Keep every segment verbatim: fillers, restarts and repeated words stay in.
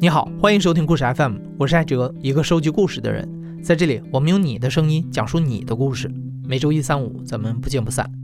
你好，欢迎收听故事 F M， 我是艾哲，一个收集故事的人。在这里，我们用你的声音讲述你的故事。每周一、三、五，咱们不见不散。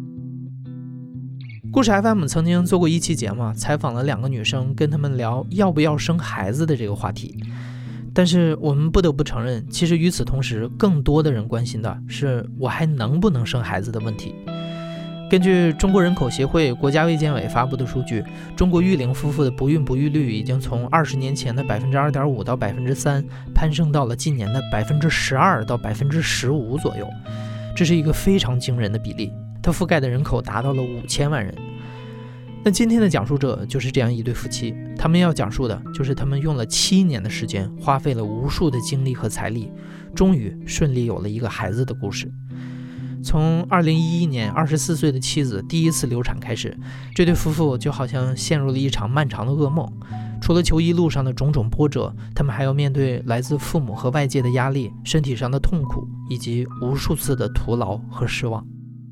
故事 F M 曾经做过一期节目，采访了两个女生，跟她们聊要不要生孩子的这个话题。但是我们不得不承认，其实与此同时，更多的人关心的是我还能不能生孩子的问题。根据中国人口协会、国家卫健委发布的数据，中国育龄夫妇的不孕不育率已经从二十年前的百分之二点五到百分之三，攀升到了近年的百分之十二到百分之十五左右。这是一个非常惊人的比例，它覆盖的人口达到了五千万人。那今天的讲述者就是这样一对夫妻，他们要讲述的就是他们用了七年的时间，花费了无数的精力和财力，终于顺利有了一个孩子的故事。从二零一一年二十四岁的妻子第一次流产开始，这对夫妇就好像陷入了一场漫长的噩梦。除了求医路上的种种波折，他们还要面对来自父母和外界的压力、身体上的痛苦，以及无数次的徒劳和失望。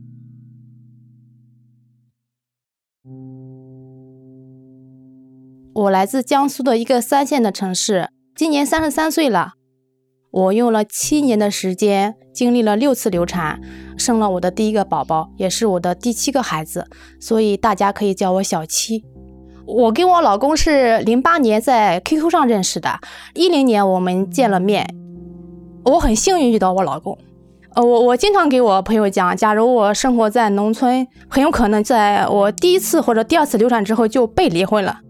我来自江苏的一个三线的城市，今年三十三岁了。我用了七年的时间，经历了六次流产，生了我的第一个宝宝，也是我的第七个孩子，所以大家可以叫我小七。我跟我老公是零八年在 Q Q 上认识的，一零年我们见了面。我很幸运遇到我老公。呃，我我经常给我朋友讲，假如我生活在农村，很有可能在我第一次或者第二次流产之后就被离婚了。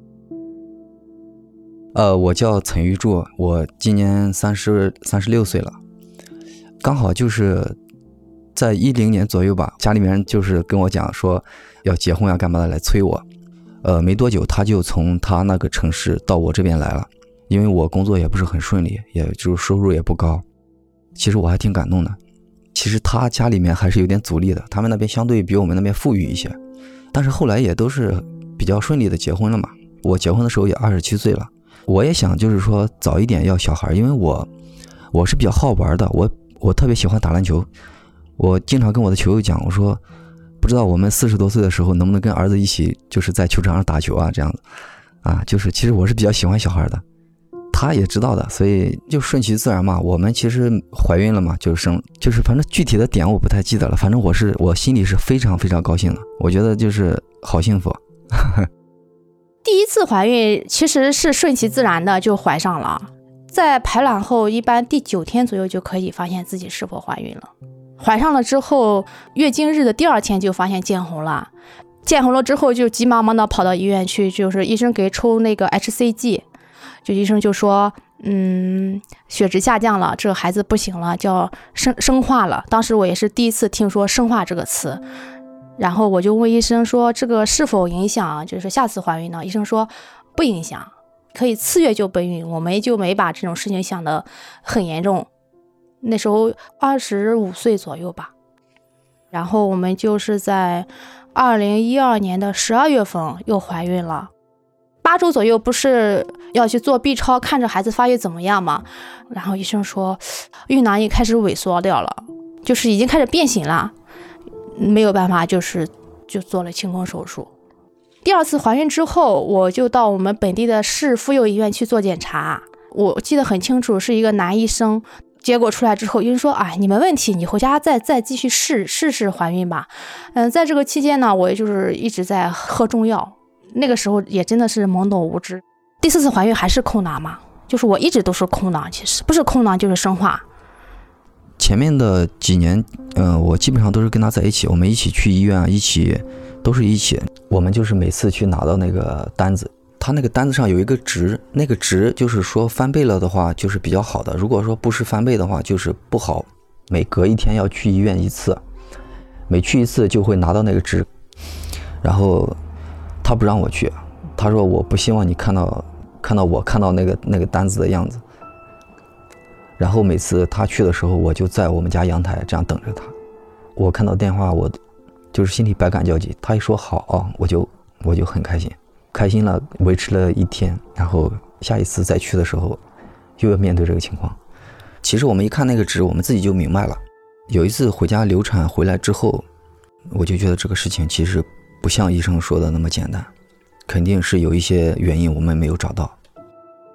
呃，我叫陈玉柱，我今年三十三十六岁了，刚好就是在一零年左右吧，家里面就是跟我讲说要结婚要干嘛的来催我，呃，没多久他就从他那个城市到我这边来了，因为我工作也不是很顺利，也就是收入也不高，其实我还挺感动的。其实他家里面还是有点阻力的，他们那边相对比我们那边富裕一些，但是后来也都是比较顺利的结婚了嘛。我结婚的时候也二十七岁了。我也想就是说早一点要小孩，因为我我是比较好玩的，我我特别喜欢打篮球，我经常跟我的球友讲，我说不知道我们四十多岁的时候能不能跟儿子一起就是在球场上打球啊，这样子啊，就是其实我是比较喜欢小孩的，他也知道的，所以就顺其自然嘛。我们其实怀孕了嘛，就生，就是反正具体的点我不太记得了，反正我是我心里是非常非常高兴的，我觉得就是好幸福。 第一次怀孕其实是顺其自然的就怀上了，在排卵后一般第九天左右就可以发现自己是否怀孕了。怀上了之后，月经日的第二天就发现见红了，见红了之后就急忙忙的跑到医院去，就是医生给抽那个 H C G， 就医生就说嗯，血脂下降了，这个孩子不行了，叫生生化了。当时我也是第一次听说生化这个词，然后我就问医生说这个是否影响就是下次怀孕呢？医生说不影响，可以次月就备孕，我们就没把这种事情想得很严重。那时候二十五岁左右吧。然后我们就是在二零一二年的十二月份又怀孕了，八周左右不是要去做 B 超看着孩子发育怎么样嘛，然后医生说孕囊也开始萎缩掉了，就是已经开始变形了，没有办法，就是就做了清宫手术。第二次怀孕之后，我就到我们本地的市妇幼医院去做检查，我记得很清楚，是一个男医生。结果出来之后，医生说哎，你没问题，你回家再再继续试试试怀孕吧。嗯，在这个期间呢，我也就是一直在喝中药，那个时候也真的是懵懂无知。第四次怀孕还是空囊嘛，就是我一直都是空囊，其实不是空囊就是生化。 前面的几年嗯、呃，我基本上都是跟他在一起，我们一起去医院啊，一起都是一起，我们就是每次去拿到那个单子，他那个单子上有一个值，那个值就是说翻倍了的话就是比较好的，如果说不是翻倍的话就是不好，每隔一天要去医院一次，每去一次就会拿到那个值。然后他不让我去，他说我不希望你看到看到我看到那个那个单子的样子。然后每次他去的时候，我就在我们家阳台这样等着他。我看到电话，我就是心里百感交集。他一说好啊，我就我就很开心，开心了，维持了一天。然后下一次再去的时候，又要面对这个情况。其实我们一看那个值，我们自己就明白了。有一次回家流产回来之后，我就觉得这个事情其实不像医生说的那么简单，肯定是有一些原因我们没有找到。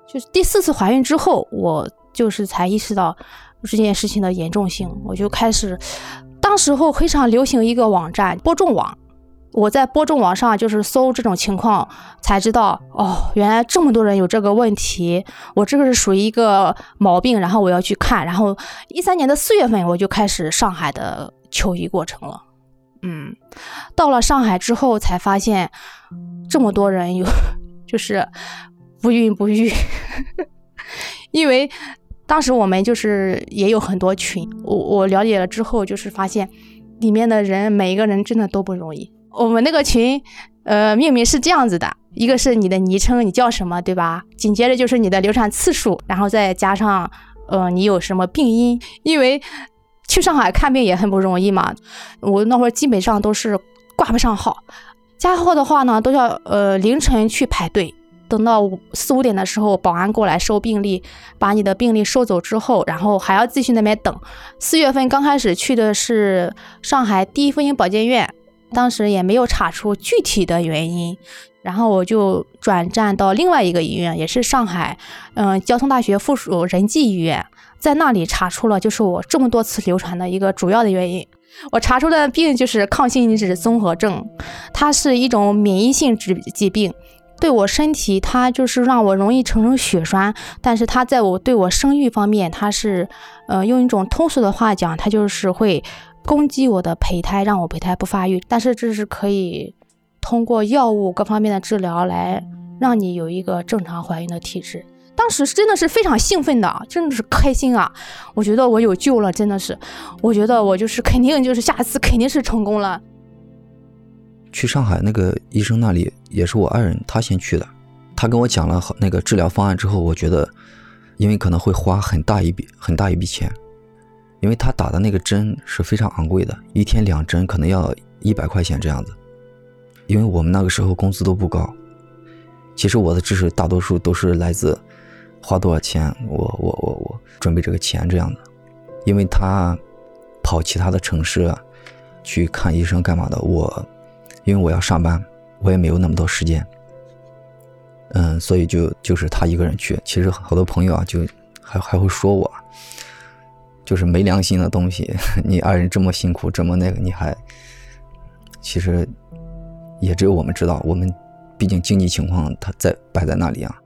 就是第四次怀孕之后，我就是才意识到这件事情的严重性，我就开始，当时候非常流行一个网站播种网，我在播种网上就是搜这种情况，才知道哦，原来这么多人有这个问题，我这个是属于一个毛病，然后我要去看，然后一三年的四月份我就开始上海的求医过程了。嗯，到了上海之后才发现这么多人有就是不孕不育因为当时我们就是也有很多群，我我了解了之后就是发现里面的人每一个人真的都不容易。我们那个群呃命名是这样子的，一个是你的昵称你叫什么对吧，紧接着就是你的流产次数，然后再加上呃你有什么病因，因为去上海看病也很不容易嘛，我那会儿基本上都是挂不上号，加号的话呢都要呃凌晨去排队，等到四五点的时候保安过来收病历，把你的病历收走之后，然后还要继续那边等。四月份刚开始去的是上海第一妇婴保健院，当时也没有查出具体的原因，然后我就转站到另外一个医院，也是上海嗯、呃、交通大学附属仁济医院，在那里查出了就是我这么多次流产的一个主要的原因。我查出的病就是抗性因子综合症，它是一种免疫性疾病，对我身体它就是让我容易产生血栓，但是它在我对我生育方面，它是呃用一种通俗的话讲，它就是会攻击我的胚胎，让我胚胎不发育，但是这是可以通过药物各方面的治疗来让你有一个正常怀孕的体质。当时真的是非常兴奋的，真的是开心啊，我觉得我有救了，真的是，我觉得我就是肯定就是下次肯定是成功了。 去上海那个医生那里也是我爱人他先去的，他跟我讲了那个治疗方案之后，我觉得因为可能会花很大一笔很大一笔钱，因为他打的那个针是非常昂贵的，一天两针可能要一百块钱这样子，因为我们那个时候工资都不高，其实我的知识大多数都是来自花多少钱我我我我准备这个钱这样的，因为他跑其他的城市啊去看医生干嘛的，我因为我要上班，我也没有那么多时间，嗯，所以就就是他一个人去。其实好多朋友啊，就还还会说我，就是没良心的东西，你爱人这么辛苦，这么那个，你还，其实也只有我们知道，我们毕竟经济情况它在摆在那里啊。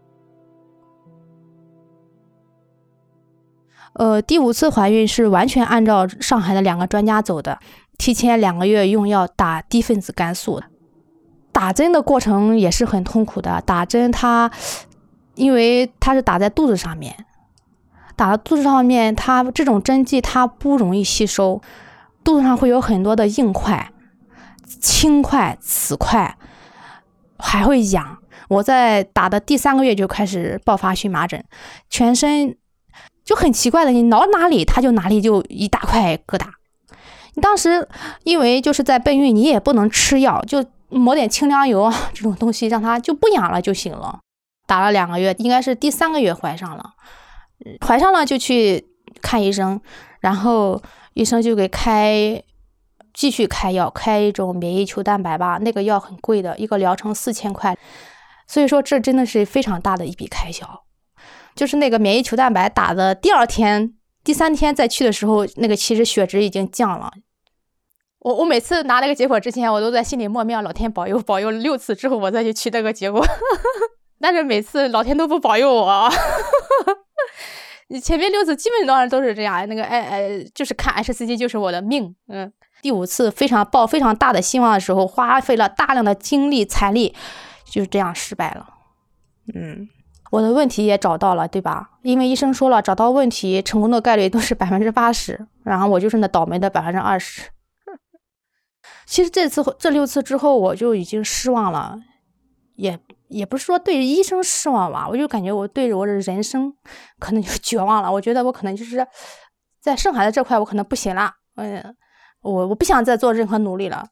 呃，第五次怀孕是完全按照上海的两个专家走的，提前两个月用药打低分子肝素，打针的过程也是很痛苦的。打针它因为它是打在肚子上面，打到肚子上面，它这种针剂它不容易吸收，肚子上会有很多的硬块、青块、紫块，还会痒。我在打的第三个月就开始爆发荨麻疹，全身就很奇怪的，你挠哪里它就哪里就一大块疙瘩。你当时因为就是在备孕，你也不能吃药，就抹点清凉油啊这种东西让它就不痒了就行了。打了两个月，应该是第三个月怀上了，怀上了就去看医生，然后医生就给开继续开药，开一种免疫球蛋白吧，那个药很贵的，一个疗程四千块，所以说这真的是非常大的一笔开销。就是那个免疫球蛋白打的第二天、第三天再去的时候，那个其实血脂已经降了。我我每次拿那个结果之前，我都在心里默念老天保佑，保佑六次之后我再去取那个结果。但是每次老天都不保佑我。你前面六次基本上都是这样，那个哎哎，就是看 H C G 就是我的命。嗯，第五次非常抱非常大的希望的时候，花费了大量的精力财力，就是这样失败了。嗯。我的问题也找到了，对吧？因为医生说了，找到问题成功的概率都是百分之八十，然后我就是那倒霉的百分之二十。其实这次这六次之后，我就已经失望了，也也不是说对医生失望吧，我就感觉我对我的人生可能就绝望了。我觉得我可能就是在生孩子这块，我可能不行了，嗯，我我不想再做任何努力了，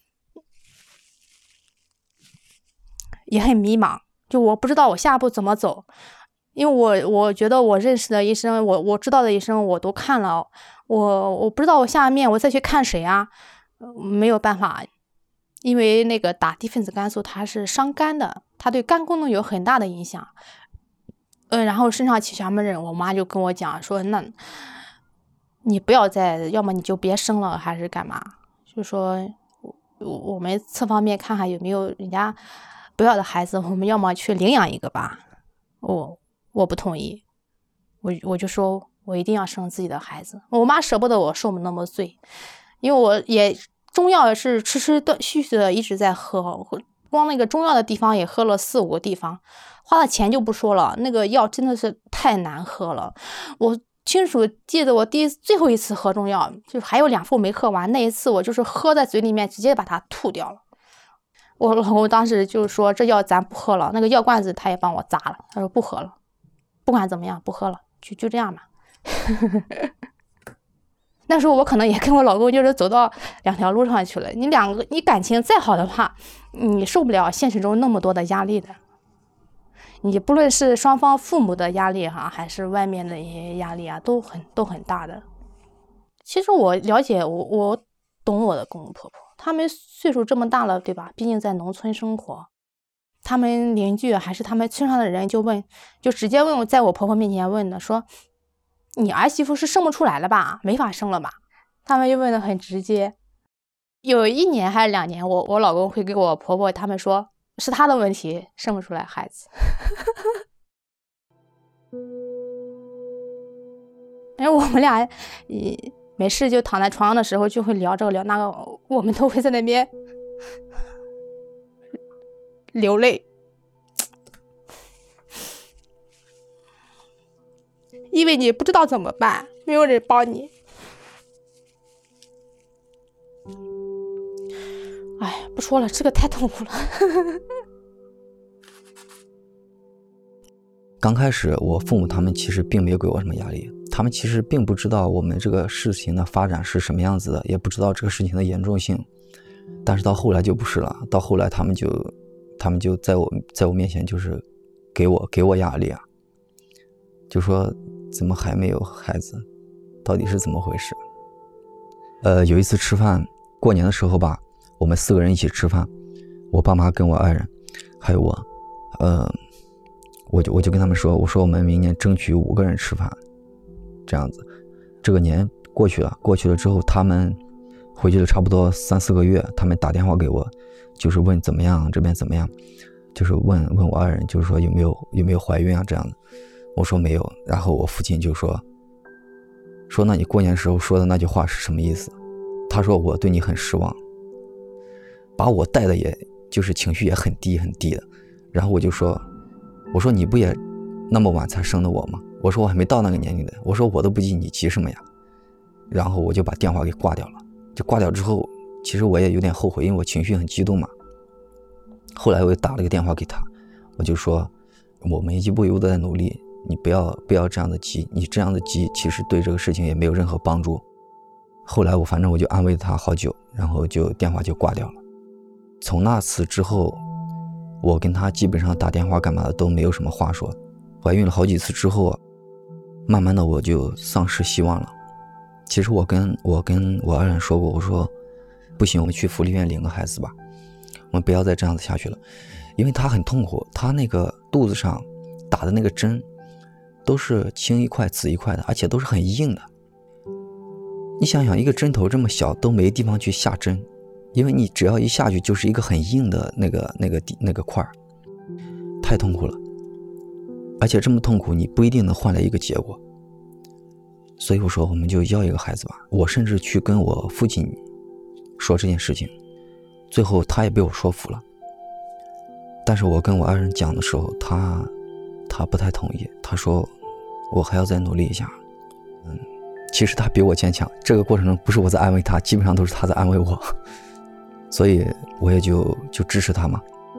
也很迷茫。就我不知道我下一步怎么走，因为我我觉得我认识的医生，我我知道的医生我都看了，我我不知道我下面我再去看谁啊，没有办法，因为那个打低分子肝素它是伤肝的，它对肝功能有很大的影响， 呃，然后身上起荨麻疹，我妈就跟我讲说，那你不要再，要么你就别生了，还是干嘛？就说我我们侧方面看看有没有人家不要的孩子，我们要么去领养一个吧。我我不同意，我我就说我一定要生自己的孩子。我妈舍不得我受那么罪，因为我也中药是吃吃断续续的一直在喝，光那个中药的地方也喝了四五个地方，花了钱就不说了，那个药真的是太难喝了。我清楚记得我第一最后一次喝中药，就是还有两副没喝完，那一次我就是喝在嘴里面直接把它吐掉了。我老公当时就说这药咱不喝了，那个药罐子他也帮我砸了，他说不喝了，不管怎么样不喝了，就就这样吧。那时候我可能也跟我老公就是走到两条路上去了，你两个你感情再好的话，你受不了现实中那么多的压力的，你不论是双方父母的压力哈，还是外面的一些压力啊，都很都很大的。其实我了解，我我懂我的公公婆婆，他们岁数这么大了，对吧？毕竟在农村生活，他们邻居还是他们村上的人就问，就直接问我，在我婆婆面前问的，说你儿媳妇是生不出来了吧？没法生了吧？他们就问的很直接。有一年还是两年，我我老公会给我婆婆他们说，是他的问题，生不出来孩子。因为我们俩没事就躺在床上的时候就会聊这个聊那个，我们都会在那边流泪，因为你不知道怎么办，没有人帮你。哎，不说了，这个太痛苦了。 刚开始我父母他们其实并没有给我什么压力，他们其实并不知道我们这个事情的发展是什么样子的，也不知道这个事情的严重性。但是到后来就不是了，到后来他们就他们就在我在我面前就是给我给我压力啊，就说怎么还没有孩子，到底是怎么回事。呃有一次吃饭，过年的时候吧，我们四个人一起吃饭，我爸妈跟我爱人还有我，呃我就我就跟他们说，我说我们明年争取五个人吃饭，这样子。这个年过去了，过去了之后，他们回去了差不多三四个月，他们打电话给我，就是问怎么样，这边怎么样，就是问问我爱人，就是说有没有有没有怀孕啊这样的。我说没有，然后我父亲就说说那你过年时候说的那句话是什么意思？他说我对你很失望，把我带的也就是情绪也很低很低的。然后我就说我说你不也那么晚才生的我吗？我说我还没到那个年龄的，我说我都不急，你急什么呀？然后我就把电话给挂掉了。就挂掉之后，其实我也有点后悔，因为我情绪很激动嘛。后来我又打了个电话给他，我就说我们一步一步的在努力，你不要不要这样的急，你这样的急其实对这个事情也没有任何帮助。后来我反正我就安慰他好久，然后就电话就挂掉了。从那次之后，我跟他基本上打电话干嘛的都没有什么话说。怀孕了好几次之后，慢慢的我就丧失希望了。其实我跟我跟我爱人说过，我说不行，我们去福利院领个孩子吧，我们不要再这样子下去了。因为他很痛苦，他那个肚子上打的那个针都是青一块紫一块的，而且都是很硬的。你想想，一个针头这么小都没地方去下针，因为你只要一下去就是一个很硬的那个那个那个块，太痛苦了。而且这么痛苦你不一定能换来一个结果。所以我说我们就要一个孩子吧。我甚至去跟我父亲说这件事情，最后他也被我说服了。但是我跟我爱人讲的时候，他他不太同意，他说我还要再努力一下。嗯，其实他比我坚强，这个过程中不是我在安慰他，基本上都是他在安慰我，所以我也就就支持他嘛。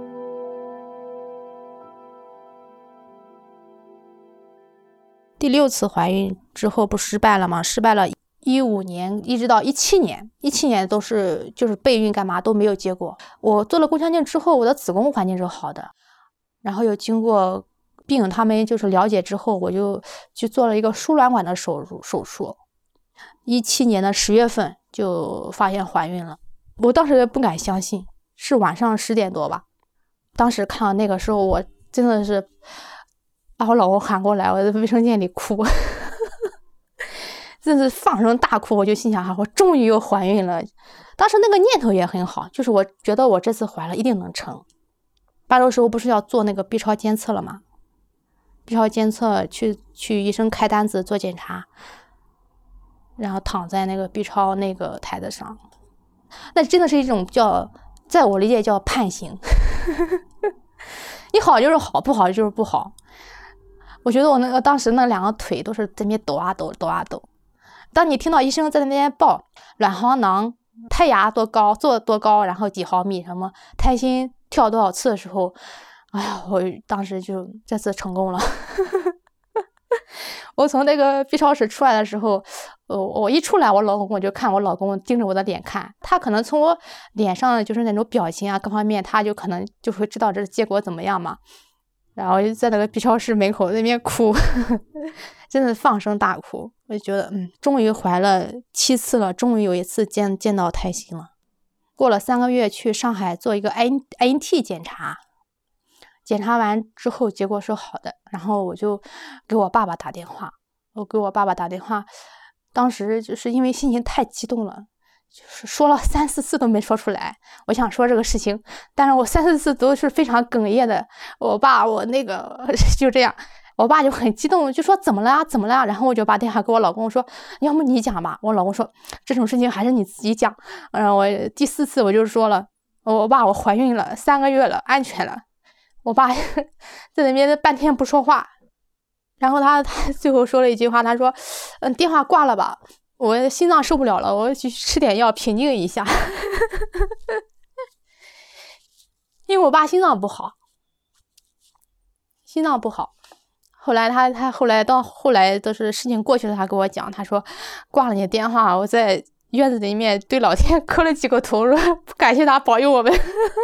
第六次怀孕之后不失败了吗？失败了一五年一直到一七年，一七年都是就是备孕干嘛都没有结果。我做了宫腔镜之后，我的子宫环境是好的，然后又经过病友他们就是了解之后，我就去做了一个输卵管的手术手术。一七年的十月份就发现怀孕了，我当时不敢相信，是晚上十点多吧。当时看到那个时候，我真的是把我老公喊过来，我在卫生间里哭，真是放声大哭。我就心想哈，我终于又怀孕了。当时那个念头也很好，就是我觉得我这次怀了一定能成。八周时候不是要做那个 B 超监测了吗？ B 超监测去去医生开单子做检查，然后躺在那个 B 超那个台子上，那真的是一种叫，在我理解叫判刑。你好就是好，不好就是不好。我觉得我那个当时那两个腿都是在那边抖啊抖抖啊抖。当你听到医生在那边报卵巢囊胎芽多高，做多高，然后几毫米，什么胎心跳多少次的时候，哎呀，我当时就这次成功了。我从那个 B 超室出来的时候，呃，我一出来，我老公我就看我老公盯着我的脸看，他可能从我脸上就是那种表情啊各方面，他就可能就会知道这结果怎么样嘛。然后在那个 B 超室门口那边哭，真的放声大哭。我就觉得，嗯，终于怀了七次了，终于有一次见见到胎心了。过了三个月去上海做一个 I N T 检查，检查完之后结果是好的，然后我就给我爸爸打电话，我给我爸爸打电话，当时就是因为心情太激动了，就是说了三四次都没说出来。我想说这个事情，但是我三四次都是非常哽咽的。我爸我那个就这样，我爸就很激动，就说怎么了呀怎么了呀，然后我就把电话给我老公说，要不你讲吧。我老公说这种事情还是你自己讲。然后我第四次我就说了，我爸我怀孕了三个月了，安全了。我爸在那边半天不说话，然后他他最后说了一句话，他说嗯，电话挂了吧，我心脏受不了了，我去吃点药平静一下。因为我爸心脏不好，心脏不好。后来他他后来到后来都是事情过去了，他跟我讲，他说挂了你的电话，我在院子里面对老天磕了几个头，说感谢他保佑我们。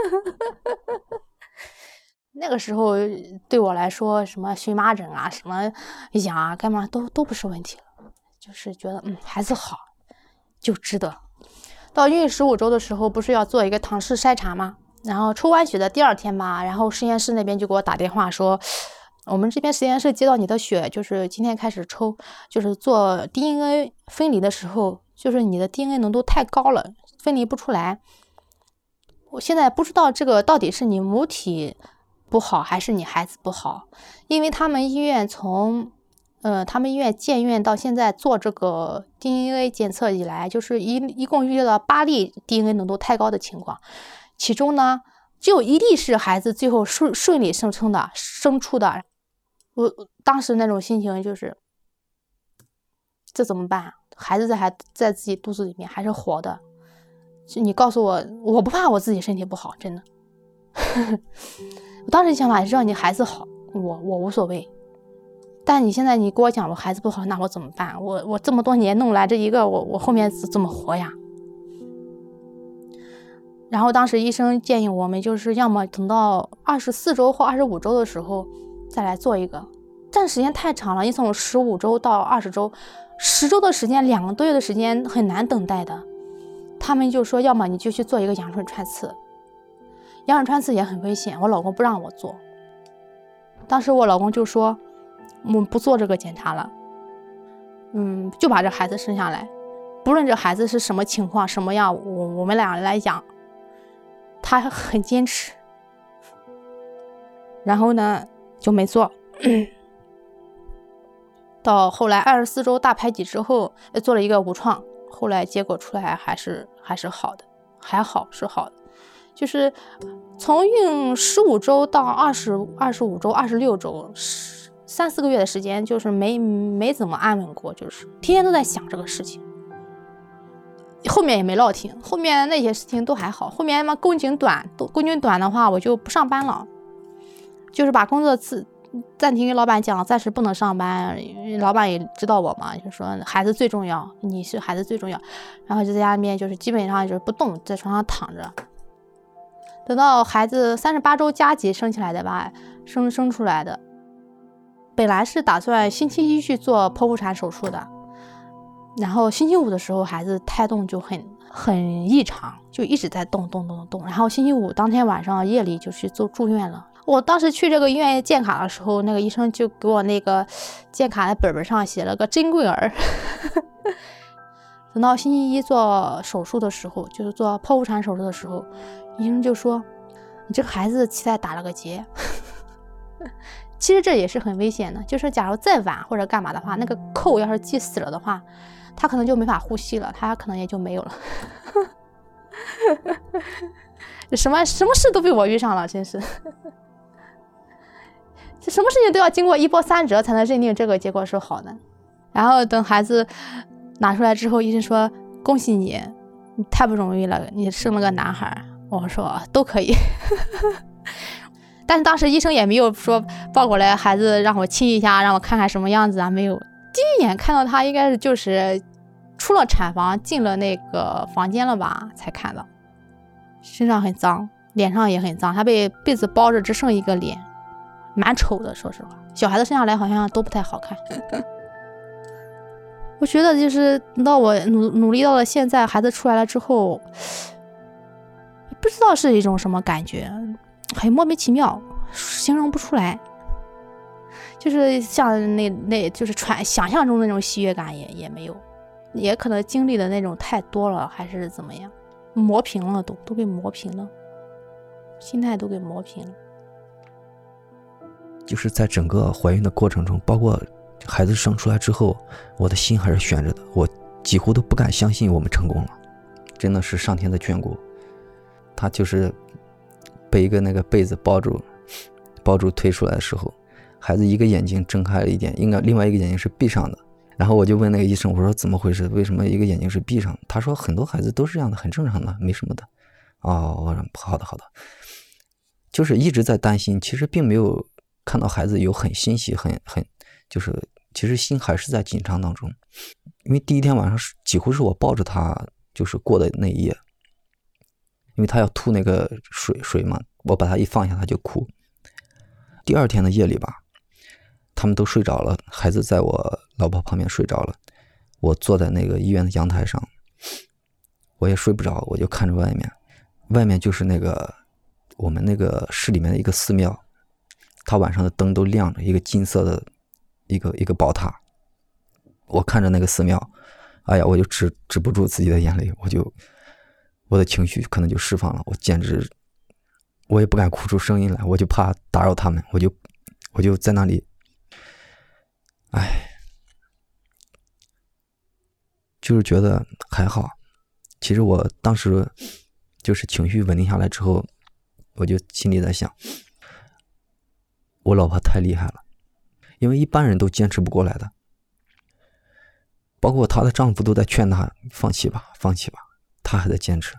那个时候对我来说，什么荨麻疹啊，什么痒啊，干嘛都都不是问题了，就是觉得嗯孩子好就值得。到孕十五周的时候，不是要做一个唐氏筛查吗？然后抽完血的第二天吧，然后实验室那边就给我打电话说，我们这边实验室接到你的血，就是今天开始抽，就是做 D N A 分离的时候，就是你的 D N A 浓度太高了，分离不出来。我现在不知道这个到底是你母体不好还是你孩子不好，因为他们医院从呃他们医院建院到现在做这个 D N A 检测以来，就是一一共遇到八例 D N A 浓度太高的情况，其中呢只有一例是孩子最后顺顺利生成的生出的。我当时那种心情就是，这怎么办？孩子在还在自己肚子里面还是活的，就你告诉我，我不怕我自己身体不好，真的。我当时想法也是让你孩子好，我我无所谓。但你现在你跟我讲我孩子不好，那我怎么办？我我这么多年弄来这一个，我我后面怎么活呀？然后当时医生建议我们就是要么等到二十四周或二十五周的时候再来做一个，但时间太长了，你从十五周到二十周，十周的时间，两个多月的时间很难等待的。他们就说，要么你就去做一个羊水穿刺，羊水穿刺也很危险，我老公不让我做。当时我老公就说，我们不做这个检查了，嗯，就把这孩子生下来，不论这孩子是什么情况什么样，我我们俩来养。他很坚持，然后呢就没做。到后来二十四周大排挤之后，做了一个无创，后来结果出来还是还是好的，还好是好的。就是从孕十五周到二十二十五周、二十六周，三四个月的时间，就是没没怎么安稳过，就是天天都在想这个事情。后面也没落停，后面那些事情都还好。后面嘛，宫颈短，宫颈短的话，我就不上班了，就是把工作暂暂停，给老板讲，暂时不能上班。老板也知道我嘛，就说孩子最重要，你是孩子最重要。然后就在家里面，就是基本上就是不动，在床上躺着。等到孩子三十八周加急生起来的吧，生生出来的。本来是打算星期一去做剖腹产手术的。然后星期五的时候，孩子胎动就很很异常，就一直在动动动动。然后星期五当天晚上夜里就去做住院了。 我当时去这个医院建卡的时候，那个医生就给我那个建卡的本本上写了个珍贵儿。等到星期一做手术的时候，就是做剖腹产手术的时候，医生就说你这个孩子脐带打了个结。其实这也是很危险的，就是假如再晚或者干嘛的话，那个扣要是系死了的话，他可能就没法呼吸了，他可能也就没有了。什么什么事都被我遇上了，真是。什么事情都要经过一波三折才能认定这个结果是好的。然后等孩子拿出来之后，医生说恭喜你，你太不容易了，你生了个男孩。我说都可以。但是当时医生也没有说抱过来孩子让我亲一下，让我看看什么样子啊，没有。第一眼看到他应该是就是出了产房进了那个房间了吧才看到。身上很脏，脸上也很脏，他被被子包着只剩一个脸，蛮丑的，说实话小孩子生下来好像都不太好看。我觉得就是等到我努努力到了现在，孩子出来了之后，不知道是一种什么感觉，很莫名其妙，形容不出来。就是像那那就是传想象中的那种喜悦感也也没有，也可能经历的那种太多了，还是怎么样，磨平了，都都给磨平了，心态都给磨平了。 就是在整个怀孕的过程中，包括孩子生出来之后，我的心还是悬着的，我几乎都不敢相信我们成功了，真的是上天的眷顾。他就是被一个那个被子包住包住推出来的时候，孩子一个眼睛睁开了一点，应该另外一个眼睛是闭上的。然后我就问那个医生，我说怎么回事，为什么一个眼睛是闭上的？他说很多孩子都是这样的，很正常的，没什么的。哦，我说好的好的，就是一直在担心，其实并没有看到孩子有很欣喜，很很就是其实心还是在紧张当中。因为第一天晚上是几乎是我抱着他就是过的那一夜，因为他要吐那个水水嘛，我把他一放下他就哭。第二天的夜里吧，他们都睡着了，孩子在我老婆旁边睡着了，我坐在那个医院的阳台上，我也睡不着，我就看着外面，外面就是那个我们那个市里面的一个寺庙，它晚上的灯都亮着，一个金色的一个一个宝塔。我看着那个寺庙，哎呀，我就止止不住自己的眼泪，我就我的情绪可能就释放了，我简直我也不敢哭出声音来，我就怕打扰他们，我就我就在那里，哎，就是觉得还好。其实我当时就是情绪稳定下来之后，我就心里在想，我老婆太厉害了，因为一般人都坚持不过来的，包括她的丈夫都在劝她放弃吧放弃吧，她还在坚持。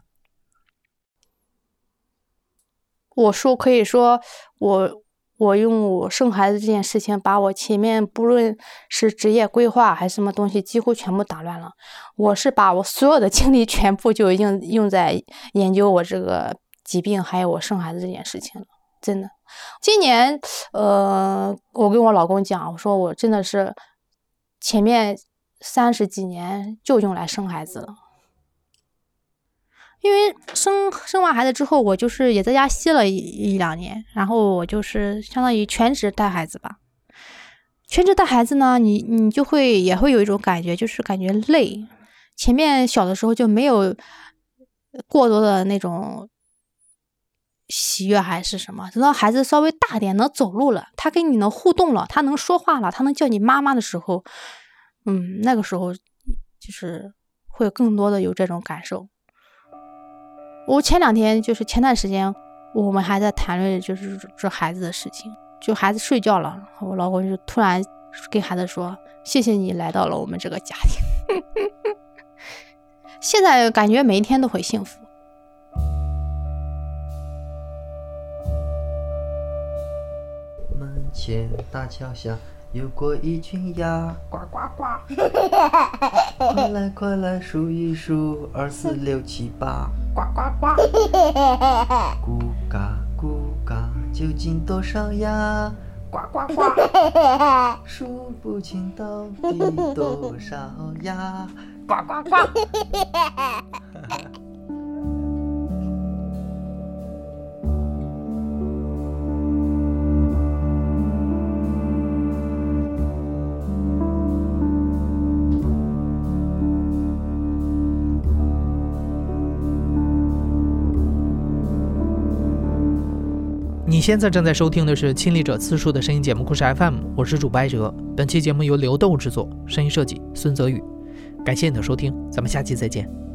我说可以说我我用我生孩子这件事情把我前面不论是职业规划还是什么东西几乎全部打乱了。我是把我所有的精力全部就已经用在研究我这个疾病还有我生孩子这件事情了，真的。今年呃，我跟我老公讲，我说我真的是前面三十几年就用来生孩子了。因为生生完孩子之后，我就是也在家歇了一一两年，然后我就是相当于全职带孩子吧。全职带孩子呢，你你就会也会有一种感觉，就是感觉累。前面小的时候就没有过多的那种喜悦还是什么，等到孩子稍微大点能走路了，他跟你能互动了，他能说话了，他能叫你妈妈的时候，嗯，那个时候就是会更多的有这种感受。我前两天就是前段时间我们还在谈论就是这孩子的事情，就孩子睡觉了，我老公就突然跟孩子说，谢谢你来到了我们这个家庭。现在感觉每一天都会幸福。 门前大桥下有过一群鸭，呱呱呱。快来快来数一数，二四六七八，呱呱呱。咕嘎咕嘎，究竟多少鸭？呱呱呱。数不清到底多少鸭？呱呱呱。 现在正在收听的是亲历者自述的声音节目故事 F M， 我是主播艾哲。本期节目由刘豆制作，声音设计孙泽宇。感谢你的收听，咱们下期再见。